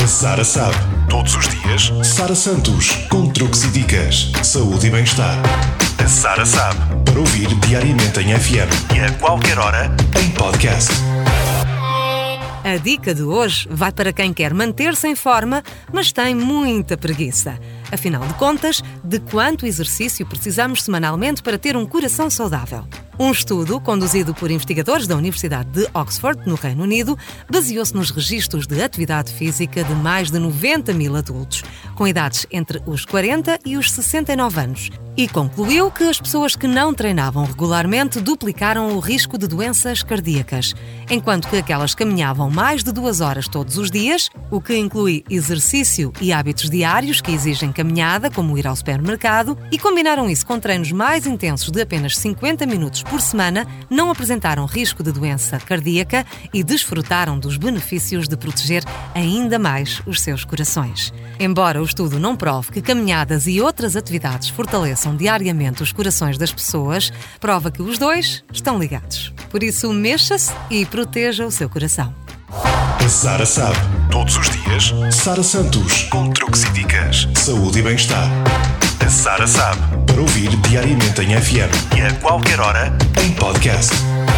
A Sara sabe. Todos os dias, Sara Santos, com truques e dicas, saúde e bem-estar. A Sara sabe. Para ouvir diariamente em FM e a qualquer hora em podcast. A dica de hoje vai para quem quer manter-se em forma, mas tem muita preguiça. Afinal de contas, de quanto exercício precisamos semanalmente para ter um coração saudável? Um estudo, conduzido por investigadores da Universidade de Oxford, no Reino Unido, baseou-se nos registros de atividade física de mais de 90 mil adultos, com idades entre os 40 e os 69 anos, e concluiu que as pessoas que não treinavam regularmente duplicaram o risco de doenças cardíacas, enquanto que aquelas que caminhavam mais de 2 horas todos os dias, o que inclui exercício e hábitos diários que exigem caminhada, como ir ao supermercado, e combinaram isso com treinos mais intensos de apenas 50 minutos por semana, não apresentaram risco de doença cardíaca e desfrutaram dos benefícios de proteger ainda mais os seus corações. Embora o estudo não prove que caminhadas e outras atividades fortaleçam diariamente os corações das pessoas, prova que os dois estão ligados. Por isso, mexa-se e proteja o seu coração. A Sara sabe. Todos os dias, Sara Santos, com truques e dicas, saúde e bem-estar. A Sara sabe. Para ouvir diariamente em FM e a qualquer hora em podcast.